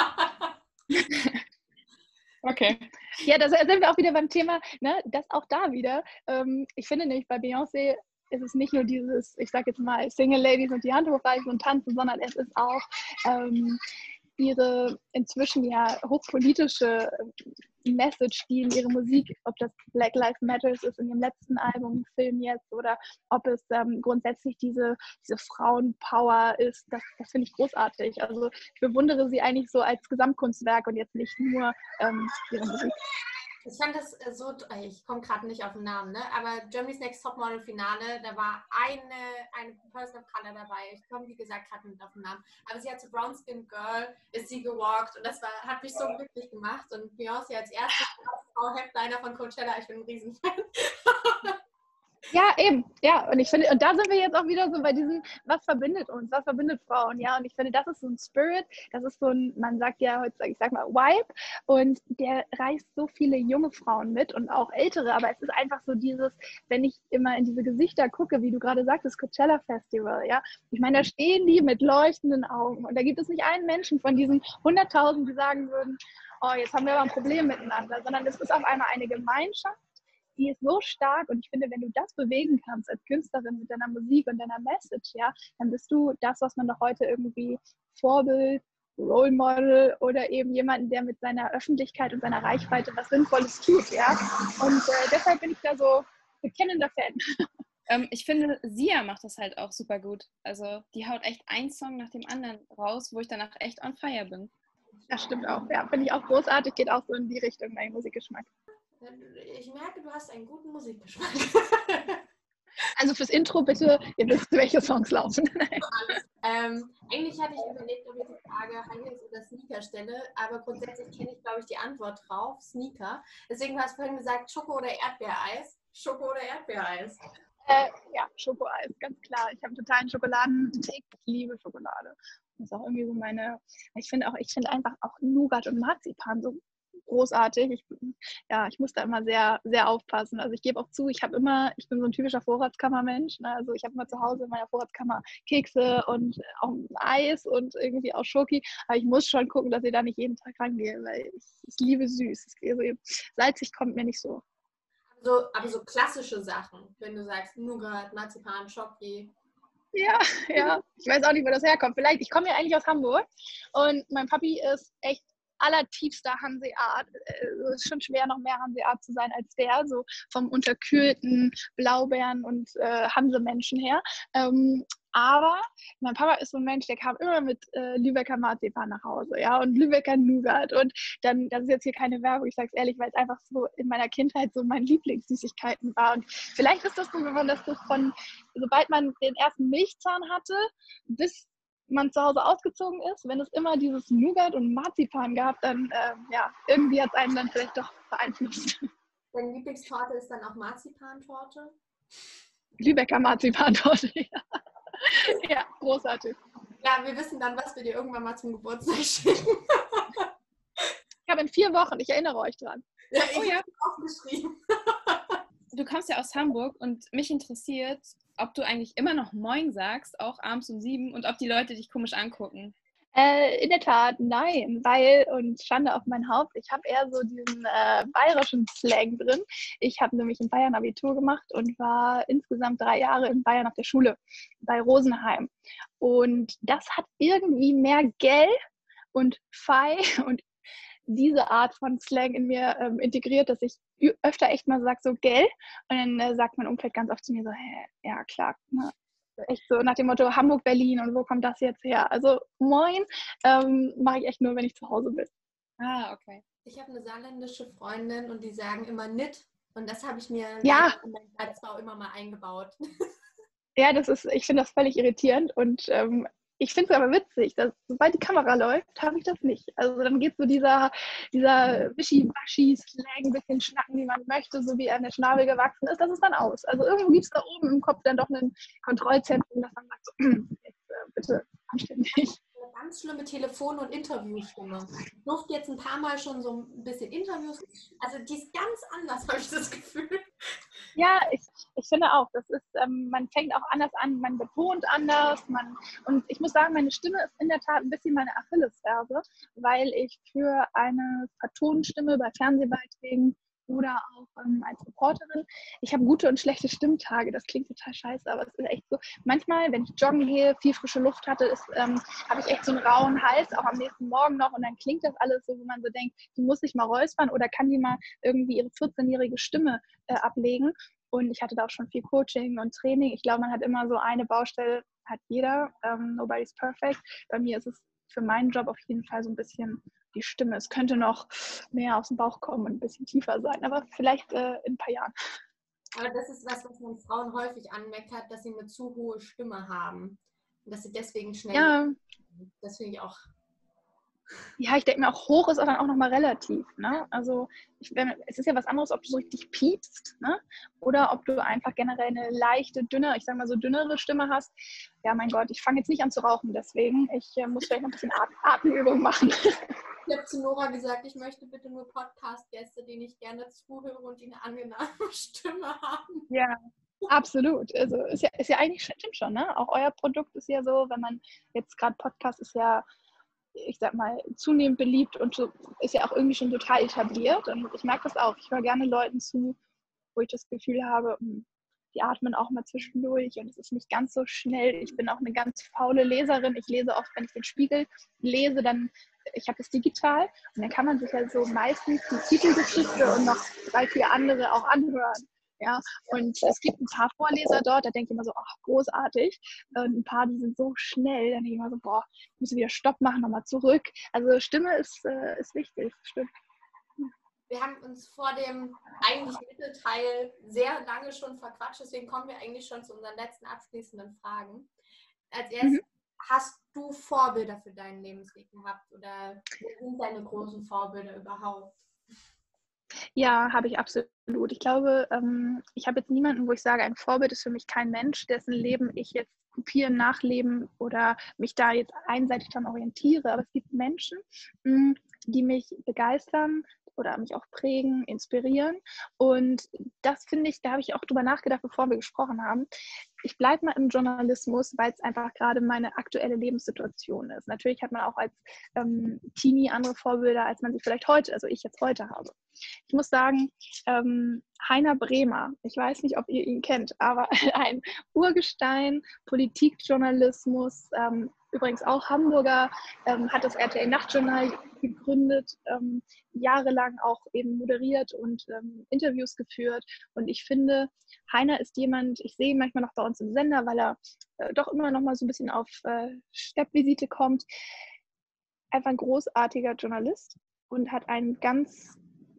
Okay. Ja, da sind wir auch wieder beim Thema, ne, das auch da wieder. Ähm, ich finde nämlich bei Beyoncé ist es nicht nur dieses, ich sag jetzt mal, Single Ladies und die Hand hochreißen und tanzen, sondern es ist auch ähm, ihre inzwischen ja hochpolitische Message, die in ihre Musik, ob das Black Lives Matter ist in ihrem letzten Album, Film jetzt, oder ob es ähm, grundsätzlich diese, diese Frauenpower ist, das, das finde ich großartig. Also ich bewundere sie eigentlich so als Gesamtkunstwerk und jetzt nicht nur ähm, ihre Musik. Ich fand das so, ich komme gerade nicht auf den Namen, ne? Aber Germany's Next Topmodel Finale, da war eine, eine Person of Color dabei. Ich komme, wie gesagt, gerade nicht auf den Namen. Aber sie hat so Brown Skin Girl, ist sie gewalkt und das war, hat mich so glücklich gemacht. Und Beyoncé als erste Frau Headliner von Coachella, ich bin ein Riesenfan. Ja, eben, ja, und ich finde, und da sind wir jetzt auch wieder so bei diesem, was verbindet uns, was verbindet Frauen, ja, und ich finde, das ist so ein Spirit, das ist so ein, man sagt ja heutzutage, ich sag mal, Vibe, und der reißt so viele junge Frauen mit und auch ältere, aber es ist einfach so dieses, wenn ich immer in diese Gesichter gucke, wie du gerade sagtest, Coachella Festival, ja, ich meine, da stehen die mit leuchtenden Augen und da gibt es nicht einen Menschen von diesen hunderttausend, die sagen würden, oh, jetzt haben wir aber ein Problem miteinander, sondern es ist auf einmal eine Gemeinschaft, die ist so stark und ich finde, wenn du das bewegen kannst als Künstlerin mit deiner Musik und deiner Message, ja, dann bist du das, was man doch heute irgendwie Vorbild, Role Model oder eben jemanden, der mit seiner Öffentlichkeit und seiner Reichweite was Sinnvolles tut, ja. Und äh, deshalb bin ich da so bekennender Fan. Ähm, ich finde, Sia macht das halt auch super gut. Also die haut echt einen Song nach dem anderen raus, wo ich danach echt on fire bin. Das stimmt auch, ja, finde ich auch großartig, geht auch so in die Richtung, mein Musikgeschmack. Ich merke, du hast einen guten Musikgeschmack. Also fürs Intro bitte, ihr wisst, welche Songs laufen. ähm, eigentlich hatte ich überlegt, ob ich die Frage High Heels oder Sneaker stelle, aber grundsätzlich kenne ich, glaube ich, die Antwort drauf, Sneaker. Deswegen hast du vorhin gesagt, Schoko oder Erdbeereis. Schoko oder Erdbeereis? Äh, ja, Schokoeis, ganz klar. Ich habe totalen Schokoladentick. Ich liebe Schokolade. Das ist auch irgendwie so meine, ich finde auch, ich finde einfach auch Nougat und Marzipan so großartig. Ich, ja, ich muss da immer sehr, sehr aufpassen. Also ich gebe auch zu, ich habe immer, ich bin so ein typischer Vorratskammermensch. Ne? Also ich habe immer zu Hause in meiner Vorratskammer Kekse und auch Eis und irgendwie auch Schoki. Aber ich muss schon gucken, dass ich da nicht jeden Tag rangehe, weil ich, ich liebe süß. Also salzig kommt mir nicht so. So, aber so klassische Sachen, wenn du sagst Nougat, Marzipan, Schoki. Ja, ja. Ich weiß auch nicht, wo das herkommt. Vielleicht, ich komme ja eigentlich aus Hamburg und mein Papi ist echt allertiefster Hanseat. Es ist schon schwer, noch mehr Hanseat zu sein als der, so vom unterkühlten Blaubeeren und äh, Hansemenschen her. Ähm, aber mein Papa ist so ein Mensch, der kam immer mit äh, Lübecker Marzipan nach Hause, ja, und Lübecker Nougat. Und dann, das ist jetzt hier keine Werbung, ich sage es ehrlich, weil es einfach so in meiner Kindheit so meine Lieblingssüßigkeiten war. Und vielleicht ist das so, wenn man das so von, sobald man den ersten Milchzahn hatte, bis man zu Hause ausgezogen ist, wenn es immer dieses Nougat und Marzipan gab, dann, äh, ja, irgendwie hat es einen dann vielleicht doch beeinflusst. Deine Lieblingstorte ist dann auch Marzipantorte? Lübecker Marzipantorte, ja. Ja, großartig. Ja, wir wissen dann, was wir dir irgendwann mal zum Geburtstag schicken. Ich habe in vier Wochen, ich erinnere euch dran. Ja, ich Oh ja. habe es aufgeschrieben. Du kommst ja aus Hamburg und mich interessiert, ob du eigentlich immer noch Moin sagst, auch abends um sieben, und ob die Leute dich komisch angucken. Äh, in der Tat, nein, weil, und Schande auf mein Haupt, ich habe eher so diesen äh, bayerischen Slang drin. Ich habe nämlich in Bayern Abitur gemacht und war insgesamt drei Jahre in Bayern auf der Schule, bei Rosenheim. Und das hat irgendwie mehr Gell und Fei und diese Art von Slang in mir ähm, integriert, dass ich öfter echt mal sage, so Gell. Und dann äh, sagt mein Umfeld ganz oft zu mir so, hä, ja klar, ne? Echt so nach dem Motto Hamburg, Berlin und wo kommt das jetzt her? Also Moin ähm, mache ich echt nur, wenn ich zu Hause bin. Ah, okay. Ich habe eine saarländische Freundin und die sagen immer Nit. Und das habe ich mir Ja. in meinen Satzbau immer mal eingebaut. Ja, das ist, ich finde das völlig irritierend und ähm, ich finde es aber witzig, dass sobald die Kamera läuft, habe ich das nicht. Also dann geht so dieser, dieser Wischi-Waschi-Slang, ein bisschen schnacken, wie man möchte, so wie er in der Schnabel gewachsen ist, das ist dann aus. Also irgendwo gibt es da oben im Kopf dann doch ein Kontrollzentrum, das dann sagt so, jetzt äh, bitte anständig. Eine ganz schlimme Telefon- und Interviewstimme. Ich durfte jetzt ein paar Mal schon so ein bisschen Interviews. Also die ist ganz anders, habe ich das Gefühl. Ja, ich, ich finde auch, das ist, ähm, man fängt auch anders an, man betont anders, man, und ich muss sagen, meine Stimme ist in der Tat ein bisschen meine Achillesferse, weil ich für eine Vertonstimme bei Fernsehbeiträgen oder auch ähm, als Reporterin, ich habe gute und schlechte Stimmtage, das klingt total scheiße, aber es ist echt so, manchmal, wenn ich joggen gehe, viel frische Luft hatte, ist, ähm, habe ich echt so einen rauen Hals, auch am nächsten Morgen noch, und dann klingt das alles so, wo man so denkt, die muss sich mal räuspern oder kann die mal irgendwie ihre vierzehnjährige Stimme äh, ablegen. Und ich hatte da auch schon viel Coaching und Training. Ich glaube, man hat immer so eine Baustelle, hat jeder, ähm, nobody's perfect. Bei mir ist es für meinen Job auf jeden Fall so ein bisschen die Stimme. Es könnte noch mehr aus dem Bauch kommen und ein bisschen tiefer sein, aber vielleicht äh, in ein paar Jahren. Aber das ist was, was man Frauen häufig anmeckert, dass sie eine zu hohe Stimme haben. Und dass sie deswegen schnell... Ja, Das finde ich auch... ja, ich denke mir auch, hoch ist auch dann auch nochmal relativ. Ne? Also ich, wenn, es ist ja was anderes, ob du so richtig piepst, ne? Oder ob du einfach generell eine leichte, dünne, ich sag mal so dünnere Stimme hast. Ja, mein Gott, ich fange jetzt nicht an zu rauchen, deswegen. Ich äh, muss vielleicht noch ein bisschen At- Atemübung machen. Ich habe zu Nora gesagt, ich möchte bitte nur Podcast-Gäste, denen ich gerne zuhöre und die eine angenehme Stimme haben. Ja, absolut. Also ist ja, ist ja eigentlich stimmt schon, ne? Auch euer Produkt ist ja so, wenn man jetzt gerade Podcast ist ja, ich sag mal, zunehmend beliebt und so, ist ja auch irgendwie schon total etabliert. Und ich merke das auch. Ich höre gerne Leuten zu, wo ich das Gefühl habe, die atmen auch mal zwischendurch und es ist nicht ganz so schnell. Ich bin auch eine ganz faule Leserin. Ich lese oft, wenn ich den Spiegel lese, dann, ich habe das digital und dann kann man sich ja so meistens die Titelgeschichte und noch drei, vier andere auch anhören. Ja, und es gibt ein paar Vorleser dort, da denke ich immer so, ach, großartig. Und ein paar, die sind so schnell, dann denke ich immer so, boah, ich muss wieder Stopp machen, nochmal zurück. Also Stimme ist, äh, ist wichtig, stimmt. Wir haben uns vor dem eigentlich Mittelteil sehr lange schon verquatscht, deswegen kommen wir eigentlich schon zu unseren letzten abschließenden Fragen. Als erstes, mhm. Hast du Vorbilder für deinen Lebensweg gehabt oder wer sind deine großen Vorbilder überhaupt? Ja, habe ich absolut. Ich glaube, ähm, ich habe jetzt niemanden, wo ich sage, ein Vorbild ist für mich kein Mensch, dessen Leben ich jetzt kopieren, nachleben oder mich da jetzt einseitig dran orientiere. Aber es gibt Menschen, mh, die mich begeistern oder mich auch prägen, inspirieren. Und das finde ich, da habe ich auch drüber nachgedacht, bevor wir gesprochen haben. Ich bleibe mal im Journalismus, weil es einfach gerade meine aktuelle Lebenssituation ist. Natürlich hat man auch als ähm, Teenie andere Vorbilder, als man sie vielleicht heute, also ich jetzt heute habe. Ich muss sagen, ähm, Heiner Bremer, ich weiß nicht, ob ihr ihn kennt, aber ein Urgestein, Politikjournalismus, ähm, übrigens auch Hamburger, ähm, hat das R T L-Nachtjournal gegründet, ähm, jahrelang auch eben moderiert und ähm, Interviews geführt. Und ich finde, Heiner ist jemand, ich sehe ihn manchmal noch bei uns im Sender, weil er äh, doch immer noch mal so ein bisschen auf äh, Steppvisite kommt. Einfach ein großartiger Journalist und hat einen ganz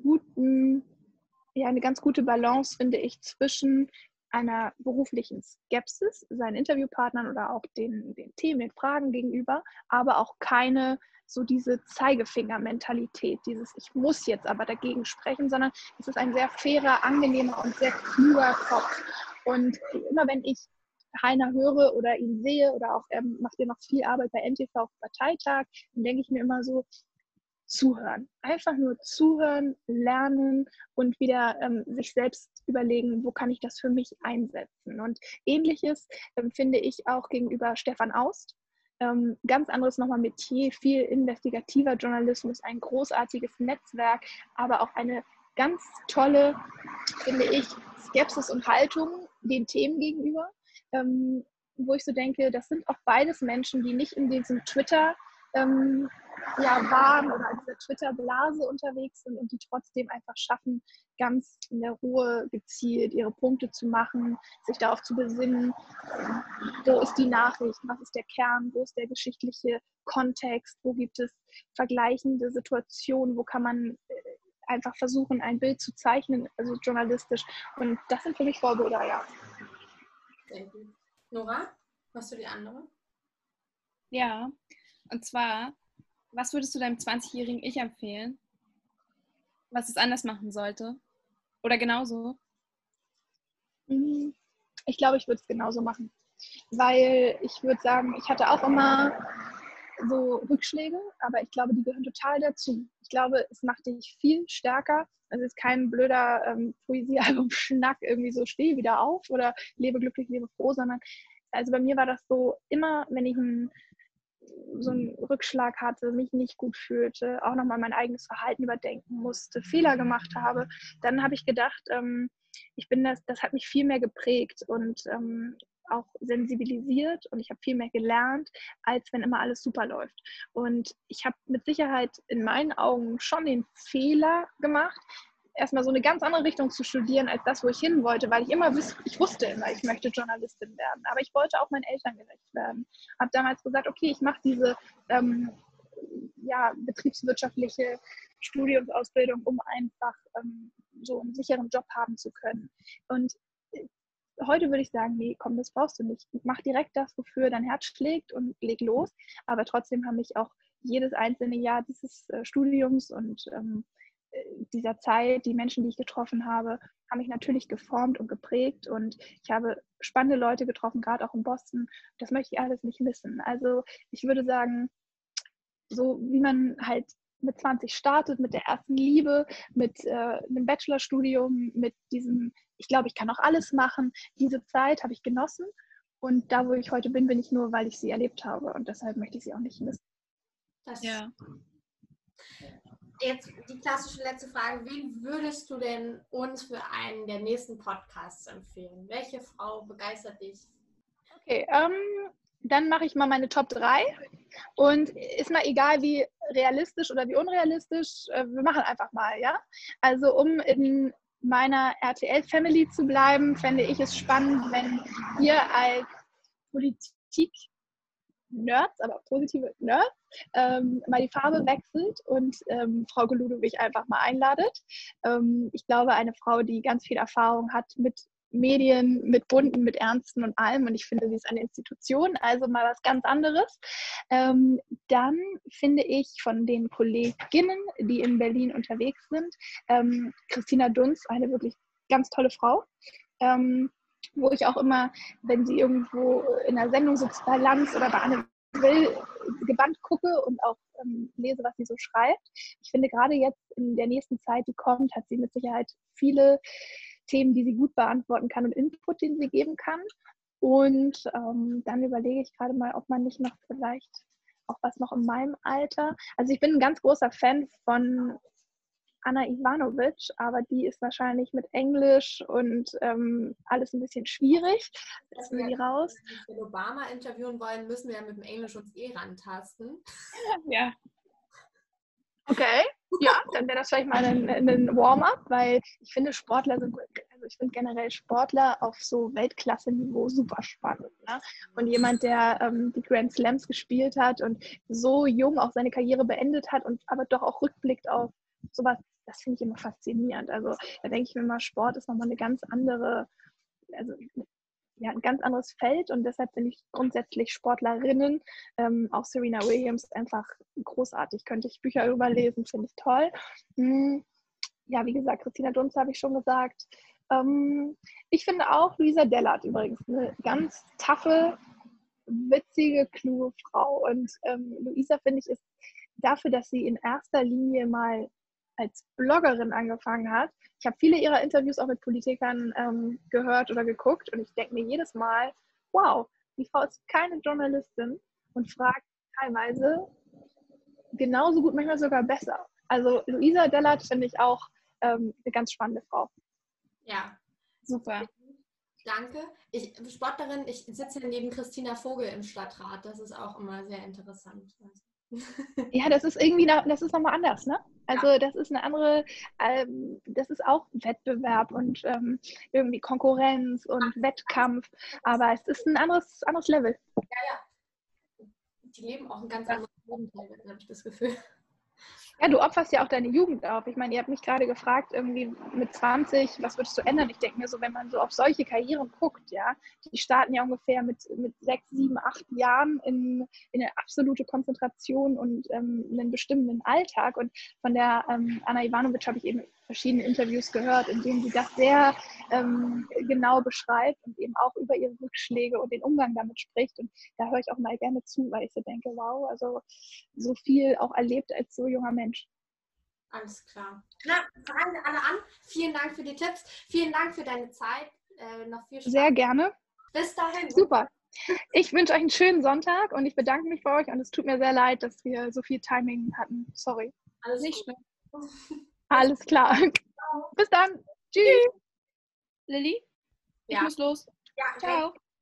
guten, ja, eine ganz gute Balance, finde ich, zwischen einer beruflichen Skepsis seinen Interviewpartnern oder auch den, den Themen, den Fragen gegenüber, aber auch keine so diese Zeigefinger-Mentalität, dieses ich muss jetzt aber dagegen sprechen, sondern es ist ein sehr fairer, angenehmer und sehr kluger Kopf. Und immer wenn ich Heiner höre oder ihn sehe oder auch er macht ja noch viel Arbeit bei N T V auf Parteitag, dann denke ich mir immer so, zuhören. Einfach nur zuhören, lernen und wieder ähm, sich selbst überlegen, wo kann ich das für mich einsetzen. Und Ähnliches ähm, finde ich auch gegenüber Stefan Aust. Ähm, ganz anderes nochmal Metier, viel investigativer Journalismus, ein großartiges Netzwerk, aber auch eine ganz tolle, finde ich, Skepsis und Haltung den Themen gegenüber, ähm, wo ich so denke, das sind auch beides Menschen, die nicht in diesem Twitter ähm, ja, waren oder in dieser Twitter-Blase unterwegs sind und die trotzdem einfach schaffen, ganz in der Ruhe gezielt ihre Punkte zu machen, sich darauf zu besinnen, wo ist die Nachricht, was ist der Kern, wo ist der geschichtliche Kontext, wo gibt es vergleichende Situationen, wo kann man einfach versuchen, ein Bild zu zeichnen, also journalistisch. Und das sind für mich Vorbilder, ja. Sehr gut. Nora, hast du die andere? Ja, und zwar, was würdest du deinem zwanzigjährigen Ich empfehlen, was es anders machen sollte? Oder genauso? Ich glaube, ich würde es genauso machen. Weil ich würde sagen, ich hatte auch immer so Rückschläge, aber ich glaube, die gehören total dazu. Ich glaube, es macht dich viel stärker. Es ist kein blöder ähm, Poesiealbum-Schnack, irgendwie so stehe wieder auf oder lebe glücklich, lebe froh, sondern also bei mir war das so, immer wenn ich ein so einen Rückschlag hatte, mich nicht gut fühlte, auch nochmal mein eigenes Verhalten überdenken musste, Fehler gemacht habe, dann habe ich gedacht, ähm, ich bin das, das hat mich viel mehr geprägt und ähm, auch sensibilisiert und ich habe viel mehr gelernt, als wenn immer alles super läuft. Und ich habe mit Sicherheit in meinen Augen schon den Fehler gemacht, erstmal so eine ganz andere Richtung zu studieren, als das, wo ich hin wollte, weil ich immer wusste, ich wusste immer, ich möchte Journalistin werden. Aber ich wollte auch meinen Eltern gerecht werden. Habe damals gesagt, okay, ich mache diese ähm, ja, betriebswirtschaftliche Studiumsausbildung, um einfach ähm, so einen sicheren Job haben zu können. Und heute würde ich sagen, nee, komm, das brauchst du nicht. Mach direkt das, wofür dein Herz schlägt und leg los. Aber trotzdem haben mich auch jedes einzelne Jahr dieses äh, Studiums und ähm, dieser Zeit, die Menschen, die ich getroffen habe, haben mich natürlich geformt und geprägt und ich habe spannende Leute getroffen, gerade auch in Boston. Das möchte ich alles nicht missen. Also ich würde sagen, so wie man halt mit zwanzig startet, mit der ersten Liebe, mit äh, einem Bachelorstudium, mit diesem, ich glaube, ich kann auch alles machen. Diese Zeit habe ich genossen und da, wo ich heute bin, bin ich nur, weil ich sie erlebt habe und deshalb möchte ich sie auch nicht missen. Das Ja. Jetzt die klassische letzte Frage. Wen würdest du denn uns für einen der nächsten Podcasts empfehlen? Welche Frau begeistert dich? Okay, ähm, dann mache ich mal meine Top drei und ist mal egal, wie realistisch oder wie unrealistisch, äh, wir machen einfach mal, ja? Also um in meiner R T L-Family zu bleiben, fände ich es spannend, wenn ihr als Politik Nerds, aber positive Nerds, ähm, mal die Farbe wechselt und ähm, Frau Ludowig einfach mal einladet. Ähm, ich glaube, eine Frau, die ganz viel Erfahrung hat mit Medien mit bunten, mit ernsten und allem. Und ich finde, sie ist eine Institution, also mal was ganz anderes. Ähm, dann finde ich von den Kolleginnen, die in Berlin unterwegs sind, ähm, Christina Dunz, eine wirklich ganz tolle Frau, ähm, wo ich auch immer, wenn sie irgendwo in einer Sendung sitzt, bei Lanz oder bei Anne Will, gebannt gucke und auch ähm, lese, was sie so schreibt. Ich finde, gerade jetzt in der nächsten Zeit, die kommt, hat sie mit Sicherheit viele Themen, die sie gut beantworten kann und Input, den sie geben kann. Und ähm, dann überlege ich gerade mal, ob man nicht noch vielleicht auch was noch in meinem Alter. Also ich bin ein ganz großer Fan von Anna Ivanovic, aber die ist wahrscheinlich mit Englisch und ähm, alles ein bisschen schwierig. Lassen wir die raus. Wenn wir Obama interviewen wollen, müssen wir ja mit dem Englisch uns eh rantasten. Ja. Okay, ja, dann wäre das vielleicht mal ein, ein Warm-up, weil ich finde Sportler sind, also ich finde generell Sportler auf so Weltklasse-Niveau super spannend. Ne? Und jemand, der ähm, die Grand Slams gespielt hat und so jung auch seine Karriere beendet hat und aber doch auch rückblickt auf sowas, das finde ich immer faszinierend. Also da denke ich mir mal, Sport ist nochmal eine ganz andere, also ja, ein ganz anderes Feld und deshalb finde ich grundsätzlich Sportlerinnen, ähm, auch Serena Williams, einfach großartig. Könnte ich Bücher überlesen, finde ich toll. Hm, ja, wie gesagt, Christina Dunz habe ich schon gesagt. Ähm, ich finde auch Luisa Dellert übrigens eine ganz taffe, witzige, kluge Frau. Und ähm, Luisa, finde ich, ist dafür, dass sie in erster Linie mal als Bloggerin angefangen hat. Ich habe viele ihrer Interviews auch mit Politikern ähm, gehört oder geguckt und ich denke mir jedes Mal, wow, die Frau ist keine Journalistin und fragt teilweise genauso gut, manchmal sogar besser. Also Luisa Dellert finde ich auch ähm, eine ganz spannende Frau. Ja, super. Danke. Ich, Sportlerin, ich sitze neben Christina Vogel im Stadtrat. Das ist auch immer sehr interessant. Ja, das ist irgendwie, das ist nochmal anders, ne? Also ja. Das ist eine andere, ähm, das ist auch Wettbewerb und ähm, irgendwie Konkurrenz und Wettkampf, aber es ist ein anderes, anderes Level. Ja, ja. Die leben auch ein ganz anderes Leben, habe ich das Gefühl. Ja, du opferst ja auch deine Jugend auf. Ich meine, ihr habt mich gerade gefragt, irgendwie mit zwanzig, was würdest du ändern? Ich denke mir so, wenn man so auf solche Karrieren guckt, ja, die starten ja ungefähr mit, mit sechs, sieben, acht Jahren in, in eine absolute Konzentration und ähm, einen bestimmenden Alltag. Und von der ähm, Anna Ivanovic habe ich eben verschiedene Interviews gehört, in denen sie das sehr ähm, genau beschreibt und eben auch über ihre Rückschläge und den Umgang damit spricht. Und da höre ich auch mal gerne zu, weil ich so denke, wow, also so viel auch erlebt als so junger Mensch. Alles klar. Na, fangen wir alle an. Vielen Dank für die Tipps. Vielen Dank für deine Zeit. Äh, noch viel Spaß. Sehr gerne. Bis dahin. Super. Ich wünsche euch einen schönen Sonntag und ich bedanke mich bei euch und es tut mir sehr leid, dass wir so viel Timing hatten. Sorry. Alles nicht schlimm. Alles klar. Bis dann. Tschüss. Lilly, ich ja. muss los. Ja, okay. Ciao.